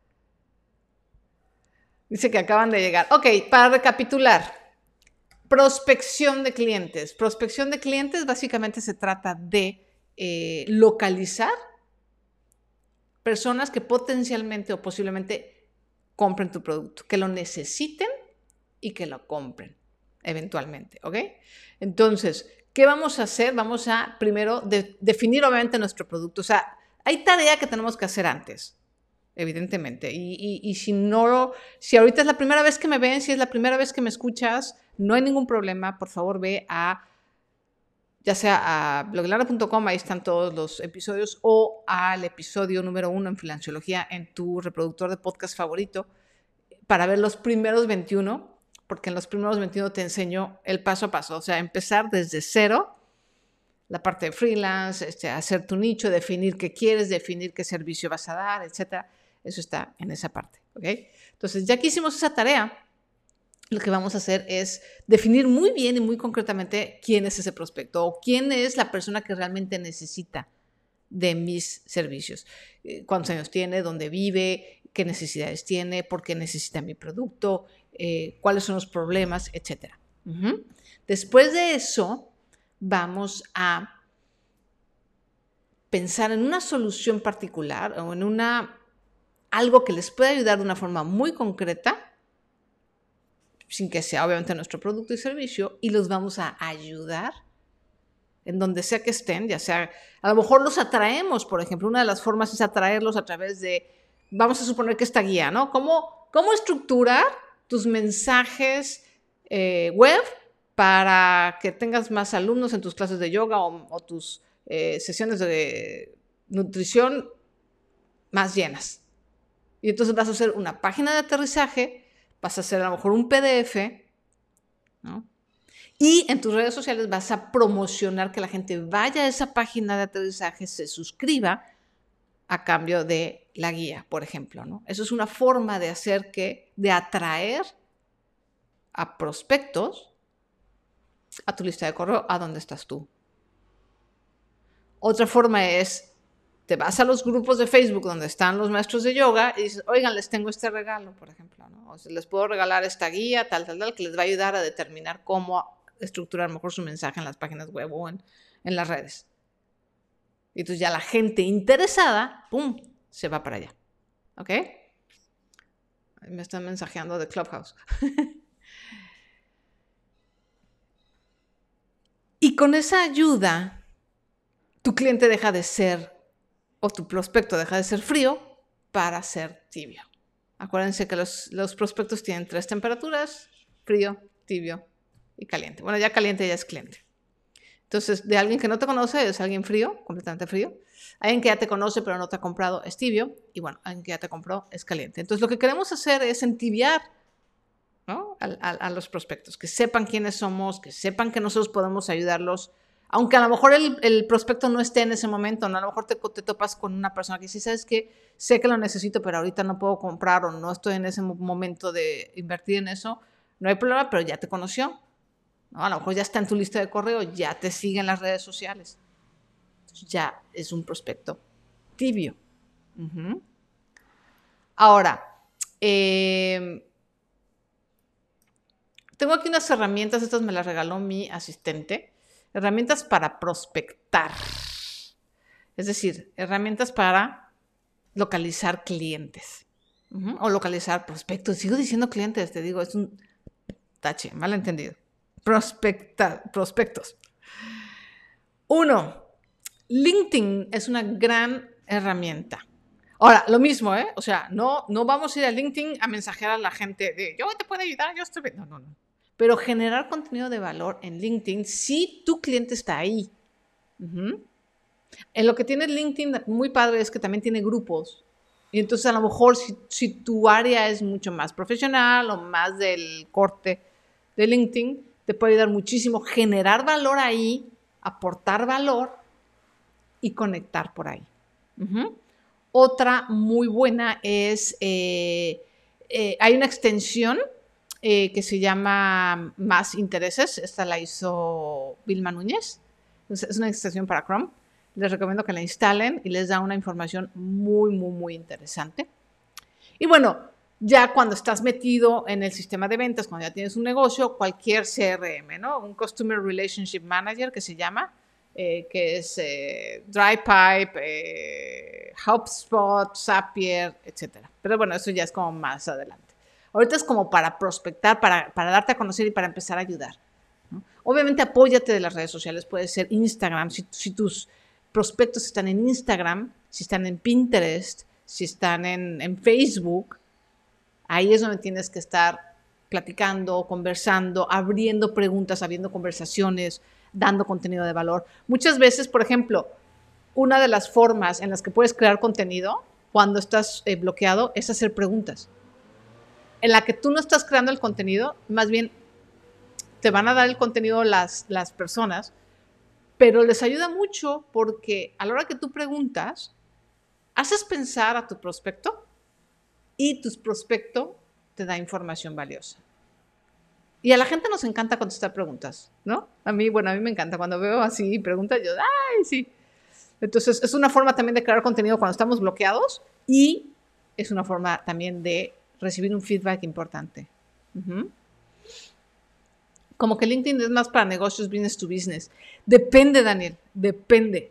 Dice que acaban de llegar. Ok, para recapitular. Prospección de clientes. Prospección de clientes básicamente se trata de eh, localizar personas que potencialmente o posiblemente compren tu producto, que lo necesiten y que lo compren eventualmente, ¿ok? Entonces, ¿qué vamos a hacer? Vamos a primero de, definir obviamente nuestro producto. O sea, hay tarea que tenemos que hacer antes, evidentemente. Y, y, y si no, si ahorita es la primera vez que me ven, si es la primera vez que me escuchas, no hay ningún problema. Por favor, ve a, ya sea a blogelana punto com, ahí están todos los episodios, o al episodio número uno en Freelanciología en tu reproductor de podcast favorito, para ver los primeros veintiuno, porque en los primeros veintiuno te enseño el paso a paso, o sea, empezar desde cero, la parte de freelance, este, hacer tu nicho, definir qué quieres, definir qué servicio vas a dar, etcétera. Eso está en esa parte, ¿ok? Entonces, ya que hicimos esa tarea, lo que vamos a hacer es definir muy bien y muy concretamente quién es ese prospecto o quién es la persona que realmente necesita de mis servicios. Cuántos años tiene, dónde vive, qué necesidades tiene, por qué necesita mi producto, eh, cuáles son los problemas, etcétera. Uh-huh. Después de eso, vamos a pensar en una solución particular o en una, algo que les pueda ayudar de una forma muy concreta, sin que sea obviamente nuestro producto y servicio, y los vamos a ayudar en donde sea que estén, ya sea, a lo mejor los atraemos, por ejemplo, una de las formas es atraerlos a través de, vamos a suponer que esta guía, ¿no? ¿Cómo, cómo estructurar tus mensajes eh, web para que tengas más alumnos en tus clases de yoga o, o tus eh, sesiones de nutrición más llenas? Y entonces vas a hacer una página de aterrizaje, vas a hacer a lo mejor un P D F, ¿no? Y en tus redes sociales vas a promocionar que la gente vaya a esa página de aterrizaje, se suscriba a cambio de la guía, por ejemplo, ¿no? Eso es una forma de hacer que, de atraer a prospectos a tu lista de correo, a donde estás tú. Otra forma es, te vas a los grupos de Facebook donde están los maestros de yoga y dices, oigan, les tengo este regalo, por ejemplo, ¿no? O sea, les puedo regalar esta guía, tal, tal, tal, que les va a ayudar a determinar cómo estructurar mejor su mensaje en las páginas web o en, en las redes. Y entonces ya la gente interesada, ¡pum!, se va para allá. ¿Ok? Me están mensajeando de Clubhouse. Y con esa ayuda, tu cliente deja de ser, o tu prospecto deja de ser frío para ser tibio. Acuérdense que los, los prospectos tienen tres temperaturas: frío, tibio y caliente. Bueno, ya caliente ya es cliente. Entonces, de alguien que no te conoce es alguien frío, completamente frío. Alguien que ya te conoce pero no te ha comprado es tibio. Y bueno, alguien que ya te compró es caliente. Entonces, lo que queremos hacer es entibiar, ¿no?, a, a, a los prospectos, que sepan quiénes somos, que sepan que nosotros podemos ayudarlos, aunque a lo mejor el, el prospecto no esté en ese momento, ¿no? A lo mejor te, te topas con una persona que dice, ¿sabes qué? Sé que lo necesito, pero ahorita no puedo comprar o no estoy en ese momento de invertir en eso. No hay problema, pero ya te conoció, ¿no? A lo mejor ya está en tu lista de correo, ya te sigue en las redes sociales. Entonces ya es un prospecto tibio. Uh-huh. Ahora, eh, tengo aquí unas herramientas, estas me las regaló mi asistente, herramientas para prospectar. Es decir, herramientas para localizar clientes. Uh-huh. O localizar prospectos. Sigo diciendo clientes, te digo, es un tache, malentendido. Prospecta, prospectos. Uno, LinkedIn es una gran herramienta. Ahora, lo mismo, ¿eh? O sea, no, no vamos a ir a LinkedIn a mensajear a la gente de, yo te puedo ayudar, yo estoy... No, no, no. Pero generar contenido de valor en LinkedIn si tu cliente está ahí. Uh-huh. En lo que tiene LinkedIn muy padre es que también tiene grupos. Y entonces a lo mejor si, si tu área es mucho más profesional o más del corte de LinkedIn, te puede ayudar muchísimo generar valor ahí, aportar valor y conectar por ahí. Uh-huh. Otra muy buena es, eh, eh, hay una extensión eh, que se llama Más Intereses. Esta la hizo Vilma Núñez. Es una extensión para Chrome. Les recomiendo que la instalen y les da una información muy, muy, muy interesante. Y bueno, ya cuando estás metido en el sistema de ventas, cuando ya tienes un negocio, cualquier C R M, ¿no? Un Customer Relationship Manager que se llama, eh, que es eh, Drypipe, eh, HubSpot, Zapier, etcétera. Pero bueno, eso ya es como más adelante. Ahorita es como para prospectar, para, para darte a conocer y para empezar a ayudar, ¿no? Obviamente apóyate de las redes sociales, puede ser Instagram, si, si tus prospectos están en Instagram, si están en Pinterest, si están en, en Facebook, ahí es donde tienes que estar platicando, conversando, abriendo preguntas, abriendo conversaciones, dando contenido de valor. Muchas veces, por ejemplo, una de las formas en las que puedes crear contenido cuando estás eh, bloqueado es hacer preguntas. En la que tú no estás creando el contenido, más bien te van a dar el contenido las, las personas, pero les ayuda mucho porque a la hora que tú preguntas, haces pensar a tu prospecto y tu prospecto te da información valiosa. Y a la gente nos encanta contestar preguntas, ¿no? A mí, bueno, a mí me encanta. Cuando veo así preguntas, yo, ¡ay, sí! Entonces, es una forma también de crear contenido cuando estamos bloqueados y es una forma también de recibir un feedback importante. Uh-huh. Como que LinkedIn es más para negocios, business to business. Depende, Daniel, depende.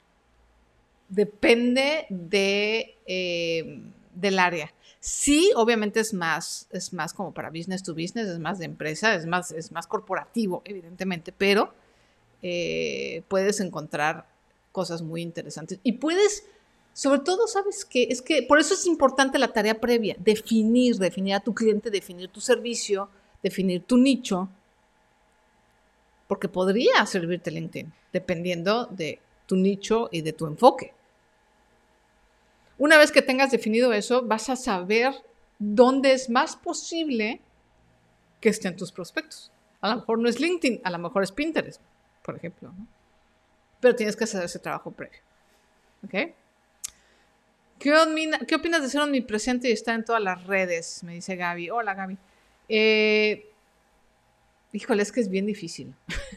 Depende de, eh, del área. Sí, obviamente es más, es más como para business to business, es más de empresa, es más, es más corporativo, evidentemente, pero eh, puedes encontrar cosas muy interesantes. Y puedes, sobre todo, ¿sabes qué? Es que por eso es importante la tarea previa, definir, definir a tu cliente, definir tu servicio, definir tu nicho, porque podría servirte LinkedIn, dependiendo de tu nicho y de tu enfoque. Una vez que tengas definido eso, vas a saber dónde es más posible que estén tus prospectos. A lo mejor no es LinkedIn, a lo mejor es Pinterest, por ejemplo, ¿no? Pero tienes que hacer ese trabajo previo. ¿Ok? ¿Qué, opina, ¿Qué opinas de ser omnipresente y estar en todas las redes? Me dice Gaby. Hola, Gaby. Eh, híjole, es que es bien difícil.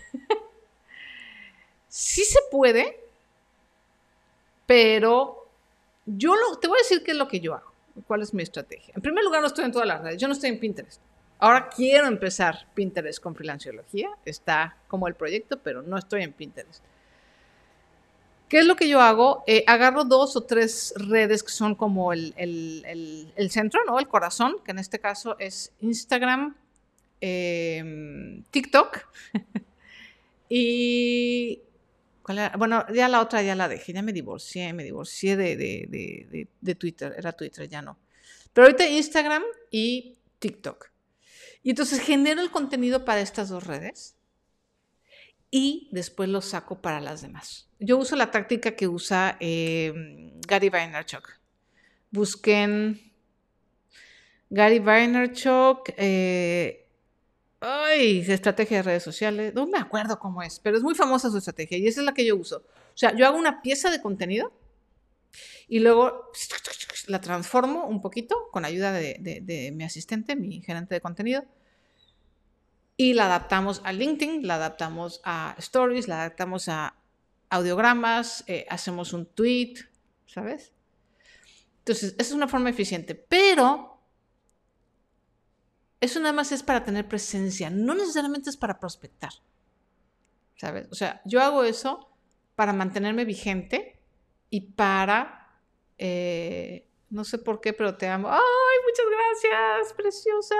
Sí se puede, pero yo lo, te voy a decir qué es lo que yo hago. ¿Cuál es mi estrategia? En primer lugar, no estoy en todas las redes. Yo no estoy en Pinterest. Ahora quiero empezar Pinterest con Freelanciología. Está como el proyecto, pero no estoy en Pinterest. ¿Qué es lo que yo hago? Eh, agarro dos o tres redes que son como el, el, el, el centro, ¿no? El corazón, que en este caso es Instagram, eh, TikTok y... ¿cuál era? Bueno, ya la otra ya la dejé, ya me divorcié, me divorcié de, de, de, de, de Twitter, era Twitter, ya no. Pero ahorita Instagram y TikTok. Y entonces genero el contenido para estas dos redes y después lo saco para las demás. Yo uso la táctica que usa eh, Gary Vaynerchuk. Busquen Gary Vaynerchuk, eh, ay, estrategia de redes sociales, no me acuerdo cómo es, pero es muy famosa su estrategia y esa es la que yo uso. O sea, yo hago una pieza de contenido y luego la transformo un poquito con ayuda de, de, de mi asistente, mi gerente de contenido, y la adaptamos a LinkedIn, la adaptamos a Stories, la adaptamos a audiogramas, eh, hacemos un tweet, ¿sabes? Entonces, esa es una forma eficiente, pero eso nada más es para tener presencia, no necesariamente es para prospectar, ¿sabes? O sea, yo hago eso para mantenerme vigente y para, eh, no sé por qué, pero te amo. ¡Ay, muchas gracias, preciosa!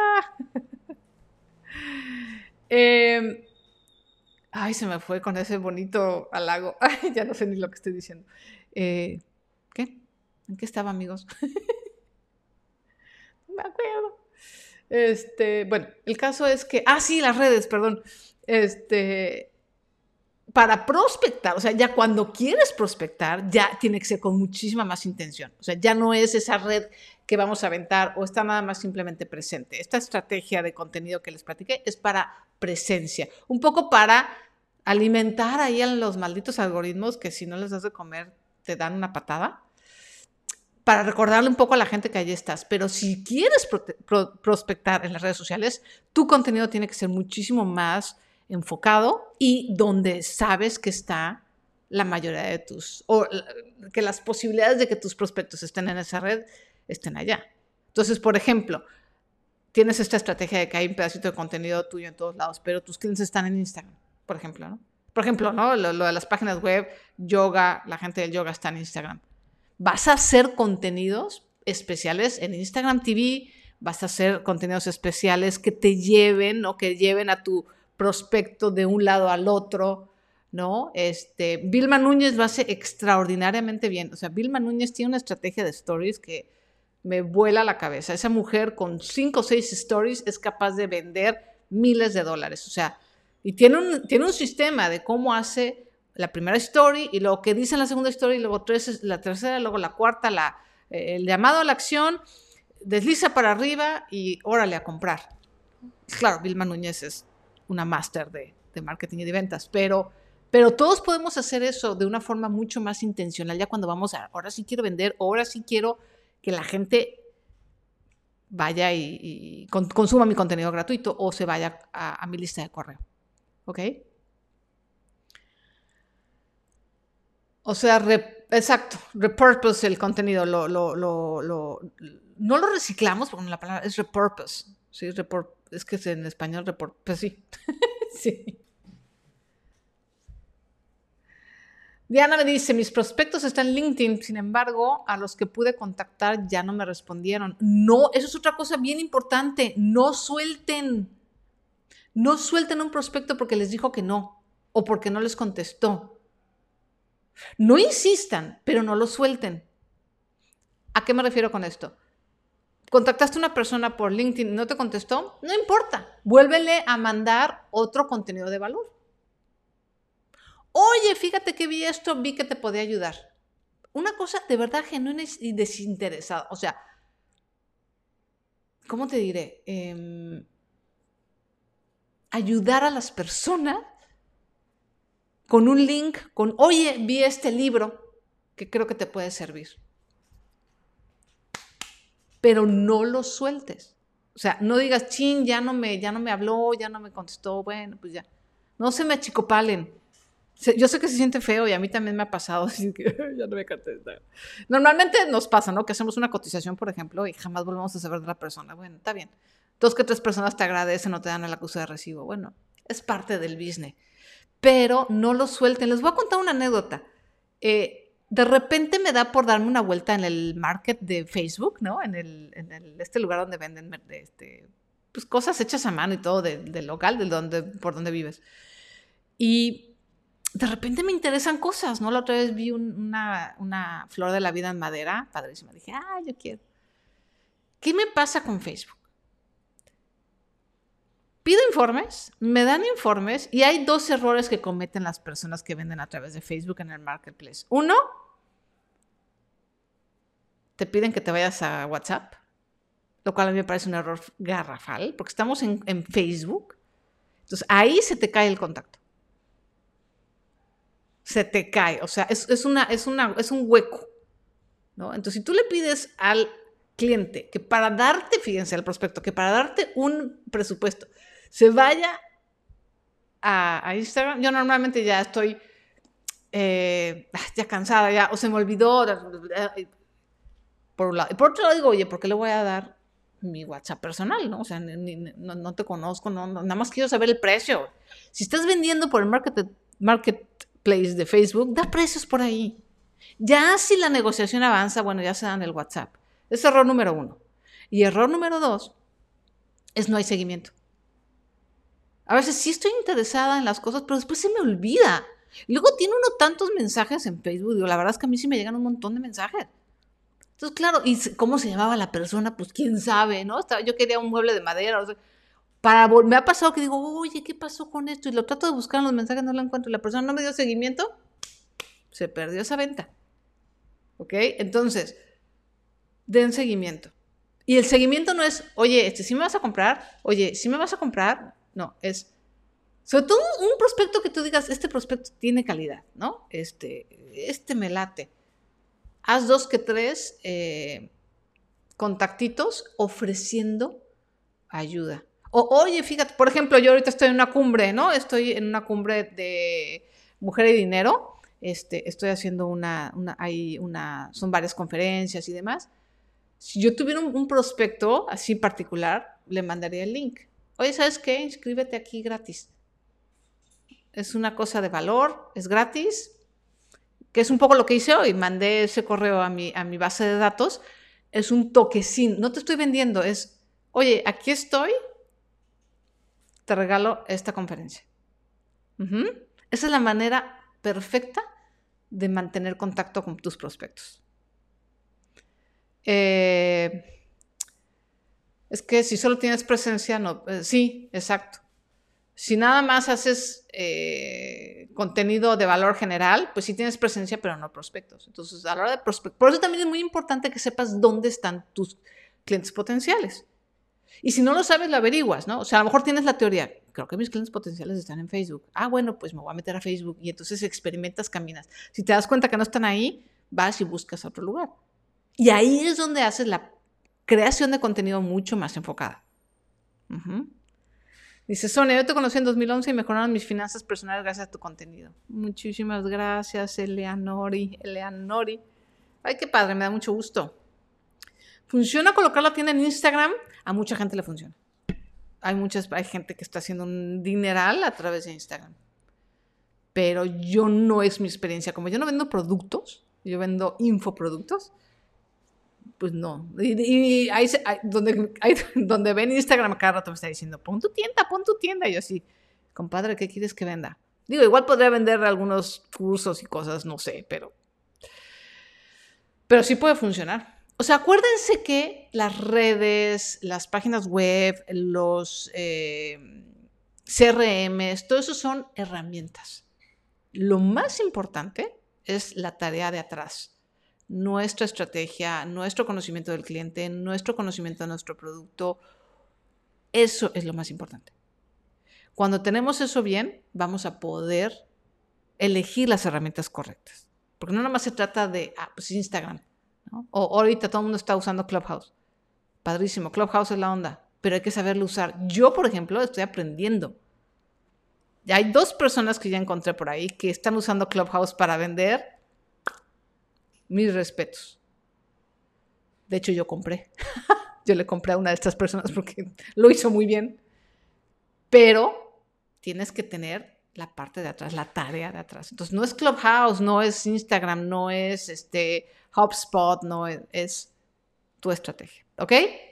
eh, ay, se me fue con ese bonito halago. Ay, ya no sé ni lo que estoy diciendo. Eh, ¿Qué? ¿En qué estaba, amigos? No me acuerdo. Este, bueno, el caso es que, ah, sí, las redes, perdón. Este, para prospectar, o sea, ya cuando quieres prospectar, ya tiene que ser con muchísima más intención. O sea, ya no es esa red que vamos a aventar o está nada más simplemente presente. Esta estrategia de contenido que les platiqué es para presencia, un poco para alimentar ahí a los malditos algoritmos que si no les das de comer te dan una patada, para recordarle un poco a la gente que allí estás. Pero si quieres pro pro prospectar en las redes sociales, tu contenido tiene que ser muchísimo más enfocado y donde sabes que está la mayoría de tus, o que las posibilidades de que tus prospectos estén en esa red estén allá. Entonces, por ejemplo, tienes esta estrategia de que hay un pedacito de contenido tuyo en todos lados, pero tus clientes están en Instagram, por ejemplo, ¿no? Por ejemplo, ¿no? Lo, lo de las páginas web, yoga, la gente del yoga está en Instagram. Vas a hacer contenidos especiales en Instagram T V, vas a hacer contenidos especiales que te lleven, ¿no? Que lleven a tu prospecto de un lado al otro, ¿no? Este, Vilma Núñez lo hace extraordinariamente bien. O sea, Vilma Núñez tiene una estrategia de stories que me vuela la cabeza. Esa mujer con cinco o seis stories es capaz de vender miles de dólares. O sea, y tiene un, tiene un sistema de cómo hace la primera story y luego qué dice en la segunda story, y luego tres, la tercera, luego la cuarta, la, eh, el llamado a la acción, desliza para arriba y órale a comprar. Claro, Vilma Núñez es una máster de, de marketing y de ventas, pero, pero todos podemos hacer eso de una forma mucho más intencional ya cuando vamos a, ahora sí quiero vender, ahora sí quiero que la gente vaya y, y con, consuma mi contenido gratuito o se vaya a, a mi lista de correo. ¿Ok? O sea, re, exacto, repurpose el contenido, lo, lo, lo, lo, no lo reciclamos, porque la palabra es repurpose, ¿sí? Repur, es que es en español repurpose, pues sí, sí. Diana me dice, mis prospectos están en LinkedIn, sin embargo, a los que pude contactar ya no me respondieron. No, eso es otra cosa bien importante, no suelten, no suelten un prospecto porque les dijo que no o porque no les contestó. No insistan, pero no lo suelten. ¿A qué me refiero con esto? Contactaste a una persona por LinkedIn y no te contestó, no importa, vuélvele a mandar otro contenido de valor. Oye, fíjate que vi esto, vi que te podía ayudar. Una cosa de verdad genuina y desinteresada. O sea, ¿cómo te diré? Eh, ayudar a las personas con un link, con, oye, vi este libro que creo que te puede servir. Pero no lo sueltes. O sea, no digas, chin, ya no me, ya no me habló, ya no me contestó, bueno, pues ya. No se me achicopalen. Yo sé que se siente feo y a mí también me ha pasado. Así que ya no me contesta. Normalmente nos pasa, ¿no? Que hacemos una cotización, por ejemplo, y jamás volvemos a saber de la persona. Bueno, está bien. Dos que tres personas te agradecen o te dan el acuse de recibo. Bueno, es parte del business. Pero no lo suelten. Les voy a contar una anécdota. Eh, de repente me da por darme una vuelta en el market de Facebook, ¿no? En, el, en el, este lugar donde venden este, pues, cosas hechas a mano y todo del de local, de donde, por donde vives. Y de repente me interesan cosas, ¿no? La otra vez vi un, una, una flor de la vida en madera, padrísima. Dije, ah, yo quiero. ¿Qué me pasa con Facebook? Pido informes, me dan informes y hay dos errores que cometen las personas que venden a través de Facebook en el marketplace. Uno, te piden que te vayas a WhatsApp, lo cual a mí me parece un error garrafal, porque estamos en, en Facebook. Entonces, ahí se te cae el contacto. Se te cae, o sea, es, es, una, es, una, es un hueco, ¿no? Entonces, si tú le pides al cliente que para darte, fíjense, al prospecto, que para darte un presupuesto, se vaya a, a Instagram, yo normalmente ya estoy eh, ya cansada, ya, o se me olvidó, por un lado. Y por otro lado digo, oye, ¿por qué le voy a dar mi WhatsApp personal? ¿No? O sea, ni, ni, no, no te conozco, no, no, nada más quiero saber el precio. Si estás vendiendo por el market, marketplace de Facebook, da precios por ahí. Ya si la negociación avanza, bueno, ya se dan el WhatsApp. Es error número uno. Y error número dos es no hay seguimiento. A veces sí estoy interesada en las cosas, pero después se me olvida. Luego tiene uno tantos mensajes en Facebook. Digo, la verdad es que a mí sí me llegan un montón de mensajes. Entonces, claro, ¿y cómo se llamaba la persona? Pues quién sabe, ¿no? Yo quería un mueble de madera. O sea, para, me ha pasado que digo, oye, ¿qué pasó con esto? Y lo trato de buscar en los mensajes, no lo encuentro. Y la persona no me dio seguimiento, se perdió esa venta. ¿Ok? Entonces, den seguimiento. Y el seguimiento no es, oye, este, ¿sí me vas a comprar? Oye, ¿sí me vas a comprar? No, es, sobre todo un prospecto que tú digas, este prospecto tiene calidad, ¿no? Este, este me late. Haz dos que tres eh, contactitos ofreciendo ayuda. O, oye, fíjate, por ejemplo, yo ahorita estoy en una cumbre, ¿no? Estoy en una cumbre de mujer y dinero. Este, estoy haciendo una, una, hay una, son varias conferencias y demás. Si yo tuviera un, un prospecto así particular, le mandaría el link. Oye, ¿sabes qué? Inscríbete aquí gratis. Es una cosa de valor, es gratis, que es un poco lo que hice hoy. Mandé ese correo a mi, a mi base de datos. Es un toquecín. No te estoy vendiendo, es, oye, aquí estoy, te regalo esta conferencia. Uh-huh. Esa es la manera perfecta de mantener contacto con tus prospectos. Eh, es que si solo tienes presencia, no. Eh, sí, exacto. Si nada más haces eh, contenido de valor general, pues sí tienes presencia, pero no prospectos. Entonces, a la hora de prospectos, por eso también es muy importante que sepas dónde están tus clientes potenciales. Y si no lo sabes, lo averiguas, ¿no? O sea, a lo mejor tienes la teoría, creo que mis clientes potenciales están en Facebook. Ah, bueno, pues me voy a meter a Facebook y entonces experimentas, caminas. Si te das cuenta que no están ahí, vas y buscas a otro lugar. Y ahí es donde haces la creación de contenido mucho más enfocada. Uh-huh. Dice, Sonia, yo te conocí en dos mil once y mejoraron mis finanzas personales gracias a tu contenido. Muchísimas gracias, Eleanori. Eleanori. Ay, qué padre, me da mucho gusto. ¿Funciona colocar la tienda en Instagram? A mucha gente le funciona. Hay, muchas, hay gente que está haciendo un dineral a través de Instagram. Pero yo no es mi experiencia. Como yo no vendo productos, yo vendo infoproductos, pues no. Y, y ahí, ahí, donde, ahí donde ven Instagram cada rato me está diciendo, pon tu tienda, pon tu tienda. Y yo así, compadre, ¿qué quieres que venda? Digo, igual podría vender algunos cursos y cosas, no sé, pero... Pero sí puede funcionar. O sea, acuérdense que las redes, las páginas web, los eh, C R Ms, todo eso son herramientas. Lo más importante es la tarea de atrás. Nuestra estrategia, nuestro conocimiento del cliente, nuestro conocimiento de nuestro producto. Eso es lo más importante. Cuando tenemos eso bien, vamos a poder elegir las herramientas correctas. Porque no nada más se trata de, ah, pues Instagram, ¿no? O ahorita todo el mundo está usando Clubhouse. Padrísimo, Clubhouse es la onda, pero hay que saberlo usar. Yo, por ejemplo, estoy aprendiendo. Ya hay dos personas que ya encontré por ahí que están usando Clubhouse para vender. Mis respetos. De hecho, yo compré. Yo le compré a una de estas personas porque lo hizo muy bien. Pero tienes que tener la parte de atrás, la tarea de atrás. Entonces, no es Clubhouse, no es Instagram, no es este HubSpot, no es, es tu estrategia. ¿Ok?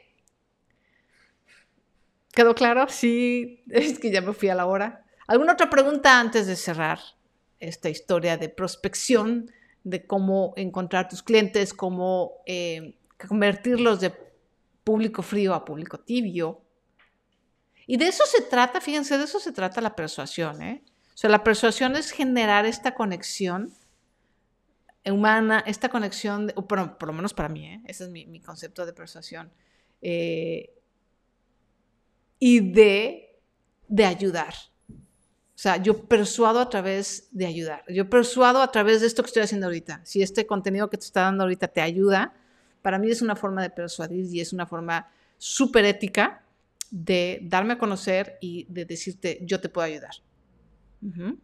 ¿Quedó claro? Sí, es que ya me fui a la hora. ¿Alguna otra pregunta antes de cerrar esta historia de prospección, de cómo encontrar tus clientes, cómo eh, convertirlos de público frío a público tibio? Y de eso se trata, fíjense, de eso se trata la persuasión, ¿eh? O sea, la persuasión es generar esta conexión humana, esta conexión, de, por, por lo menos para mí, ¿eh? Ese es mi, mi concepto de persuasión. Eh, y de, de ayudar. O sea, yo persuado a través de ayudar. Yo persuado a través de esto que estoy haciendo ahorita. Si este contenido que te está dando ahorita te ayuda, para mí es una forma de persuadir y es una forma súper ética de darme a conocer y de decirte, yo te puedo ayudar. Uh-huh.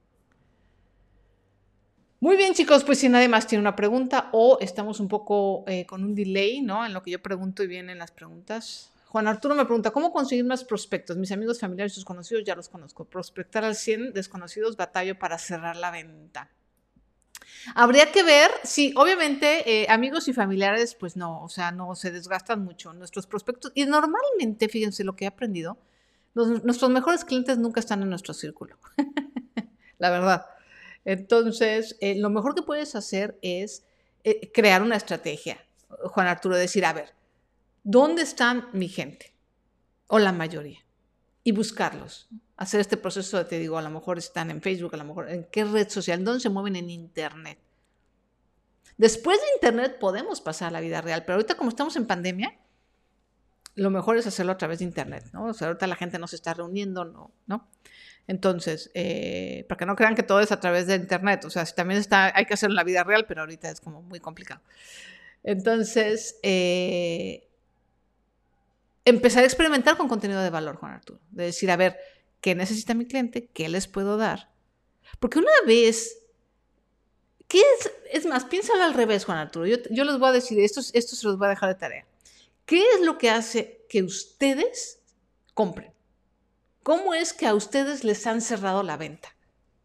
Muy bien, chicos, pues si nadie más tiene una pregunta o estamos un poco eh, con un delay, ¿no? En lo que yo pregunto y vienen las preguntas. Juan Arturo me pregunta, ¿cómo conseguir más prospectos? Mis amigos, familiares y sus conocidos ya los conozco. Prospectar al cien desconocidos, batallo para cerrar la venta. Habría que ver, sí, obviamente eh, amigos y familiares, pues no, o sea, no se desgastan mucho nuestros prospectos. Y normalmente, fíjense lo que he aprendido, los, nuestros mejores clientes nunca están en nuestro círculo. La verdad. Entonces, eh, lo mejor que puedes hacer es eh, crear una estrategia, Juan Arturo, decir, a ver, ¿dónde están mi gente? O la mayoría. Y buscarlos. Hacer este proceso de, te digo, a lo mejor están en Facebook, a lo mejor en qué red social, dónde se mueven en Internet. Después de Internet podemos pasar a la vida real, pero ahorita como estamos en pandemia, lo mejor es hacerlo a través de Internet, ¿no? O sea, ahorita la gente no se está reuniendo, ¿no? ¿no? Entonces, eh, para que no crean que todo es a través de Internet, o sea, si también está, hay que hacerlo en la vida real, pero ahorita es como muy complicado. Entonces, eh, empezar a experimentar con contenido de valor, Juan Arturo. De decir, a ver, ¿qué necesita mi cliente? ¿Qué les puedo dar? Porque una vez, ¿qué es? Es más, piénsalo al revés, Juan Arturo. Yo, yo les voy a decir, esto, esto se los voy a dejar de tarea. ¿Qué es lo que hace que ustedes compren? ¿Cómo es que a ustedes les han cerrado la venta?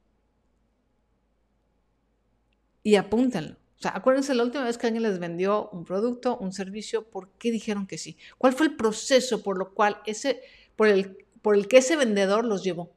Y apúntenlo. O sea, acuérdense la última vez que alguien les vendió un producto, un servicio, ¿por qué dijeron que sí? ¿Cuál fue el proceso por lo cual ese, por el, por el que ese vendedor los llevó?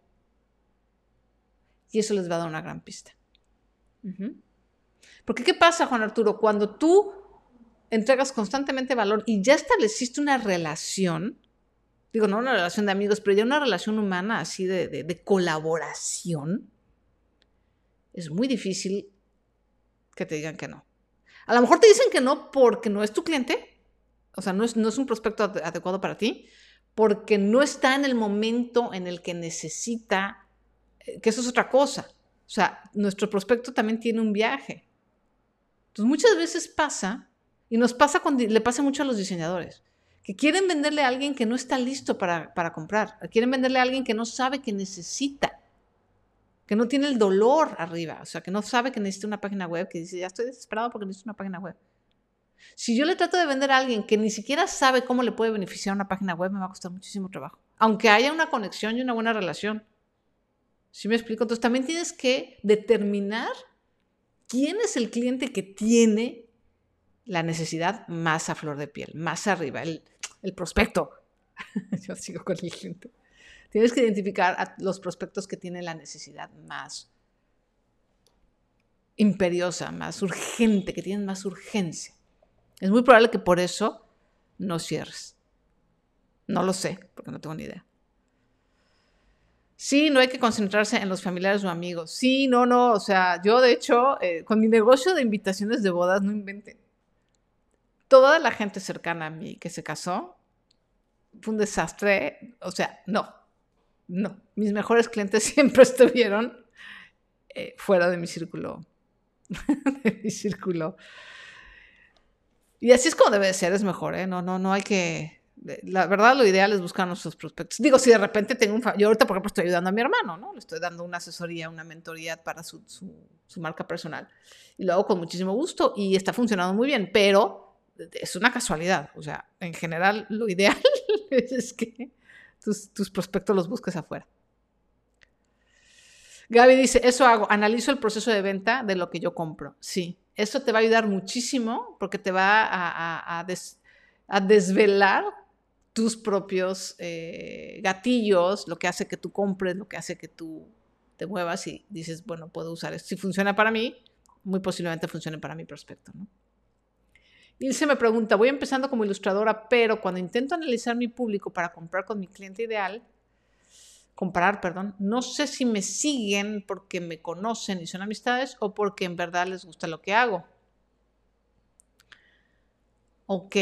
Y eso les va a dar una gran pista. Uh-huh. Porque ¿qué pasa, Juan Arturo? Cuando tú entregas constantemente valor y ya estableciste una relación, digo, no una relación de amigos, pero ya una relación humana así de, de, de colaboración, es muy difícil que te digan que no. A lo mejor te dicen que no porque no es tu cliente, o sea, no es, no es un prospecto adecuado para ti, porque no está en el momento en el que necesita, que eso es otra cosa. O sea, nuestro prospecto también tiene un viaje. Entonces, muchas veces pasa, Y nos pasa con, le pasa mucho a los diseñadores, que quieren venderle a alguien que no está listo para, para comprar. Quieren venderle a alguien que no sabe que necesita, que no tiene el dolor arriba, o sea, que no sabe que necesita una página web, que dice, ya estoy desesperado porque necesito una página web. Si yo le trato de vender a alguien que ni siquiera sabe cómo le puede beneficiar una página web, me va a costar muchísimo trabajo. Aunque haya una conexión y una buena relación. ¿Sí me explico? Entonces también tienes que determinar quién es el cliente que tiene la necesidad más a flor de piel, más arriba, el, el prospecto. Yo sigo con el cliente. Tienes que identificar a los prospectos que tienen la necesidad más imperiosa, más urgente, que tienen más urgencia. Es muy probable que por eso no cierres. No lo sé, porque no tengo ni idea. Sí, no hay que concentrarse en los familiares o amigos. Sí, no, no. O sea, yo de hecho, eh, con mi negocio de invitaciones de bodas, no inventen. Toda la gente cercana a mí que se casó fue un desastre. O sea, no. No. Mis mejores clientes siempre estuvieron eh, fuera de mi círculo. de mi círculo. Y así es como debe de ser, es mejor, ¿eh? No, no, no hay que... La verdad, lo ideal es buscar nuestros prospectos. Digo, si de repente tengo un... Yo ahorita, por ejemplo, estoy ayudando a mi hermano, ¿no? Le estoy dando una asesoría, una mentoría para su, su, su marca personal. Y lo hago con muchísimo gusto y está funcionando muy bien, pero es una casualidad. O sea, en general, lo ideal es que tus, tus prospectos los busques afuera. Gaby dice, eso hago, analizo el proceso de venta de lo que yo compro. Sí, eso te va a ayudar muchísimo porque te va a, a, a, des, a desvelar tus propios eh, gatillos, lo que hace que tú compres, lo que hace que tú te muevas y dices, bueno, puedo usar esto. Si funciona para mí, muy posiblemente funcione para mi prospecto, ¿no? Ilse me pregunta, voy empezando como ilustradora, pero cuando intento analizar mi público para comprar con mi cliente ideal, comparar, perdón, no sé si me siguen porque me conocen y son amistades o porque en verdad les gusta lo que hago. Ok.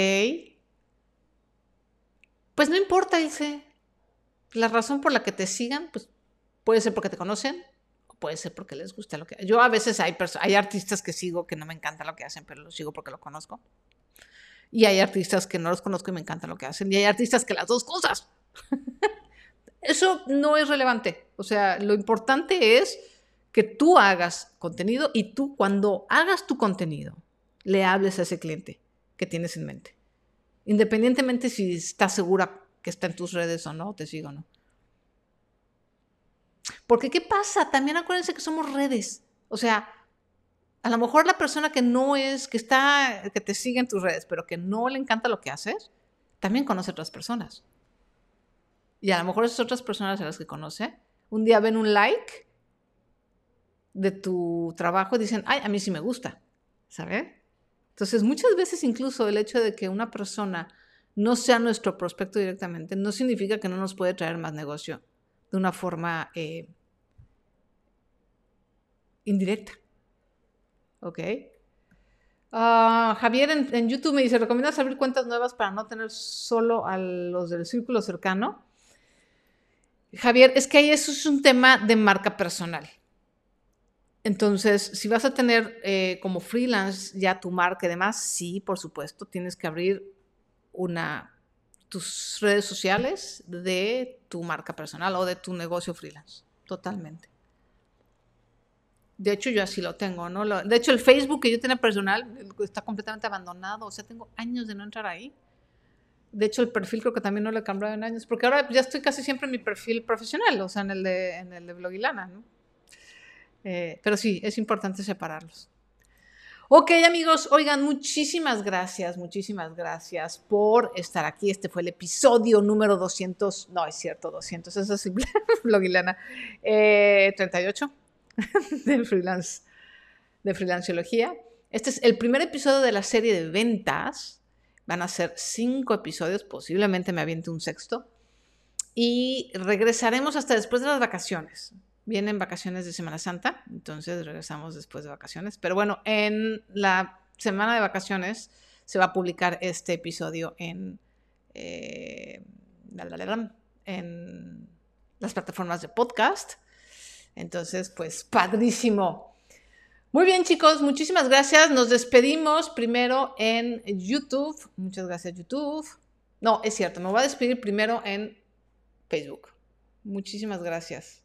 Pues no importa, dice. La razón por la que te sigan, pues puede ser porque te conocen o puede ser porque les gusta lo que hago. Yo a veces hay, hay artistas que sigo que no me encanta lo que hacen, pero los sigo porque lo conozco. Y hay artistas que no los conozco y me encanta lo que hacen. Y hay artistas que las dos cosas. Eso no es relevante. O sea, lo importante es que tú hagas contenido y tú cuando hagas tu contenido le hables a ese cliente que tienes en mente. Independientemente si estás segura que está en tus redes o no, te sigo o no. Porque ¿qué pasa? También acuérdense que somos redes. O sea, a lo mejor la persona que no es, que está, que te sigue en tus redes, pero que no le encanta lo que haces, también conoce a otras personas. Y a lo mejor esas otras personas a las que conoce, un día ven un like de tu trabajo y dicen, ay, a mí sí me gusta, ¿sabes? Entonces, muchas veces incluso el hecho de que una persona no sea nuestro prospecto directamente no significa que no nos puede traer más negocio de una forma eh, indirecta. ¿Ok? Uh, Javier en, en YouTube me dice, ¿recomiendas abrir cuentas nuevas para no tener solo a los del círculo cercano? Javier, es que ahí eso es un tema de marca personal. Entonces, si vas a tener eh, como freelance ya tu marca y demás, sí, por supuesto, tienes que abrir una, tus redes sociales de tu marca personal o de tu negocio freelance, totalmente. De hecho, yo así lo tengo, ¿no? De hecho, el Facebook que yo tenía personal está completamente abandonado, o sea, tengo años de no entrar ahí. De hecho, el perfil creo que también no lo he cambiado en años, porque ahora ya estoy casi siempre en mi perfil profesional, o sea, en el de, en el de Blogilana, ¿no? Eh, pero sí, es importante separarlos. Ok, amigos, oigan, muchísimas gracias, muchísimas gracias por estar aquí. Este fue el episodio número doscientos, no es cierto, doscientos, eso es Blogilana, eh, treinta y ocho de freelance, de freelanciología. Este es el primer episodio de la serie de ventas. Van a ser cinco episodios, posiblemente me aviente un sexto. Y regresaremos hasta después de las vacaciones. Vienen vacaciones de Semana Santa, entonces regresamos después de vacaciones. Pero bueno, en la semana de vacaciones se va a publicar este episodio en, eh, en las plataformas de podcast. Entonces, pues, padrísimo. Muy bien, chicos, muchísimas gracias. Nos despedimos primero en YouTube. Muchas gracias, YouTube. No, es cierto, me voy a despedir primero en Facebook. Muchísimas gracias.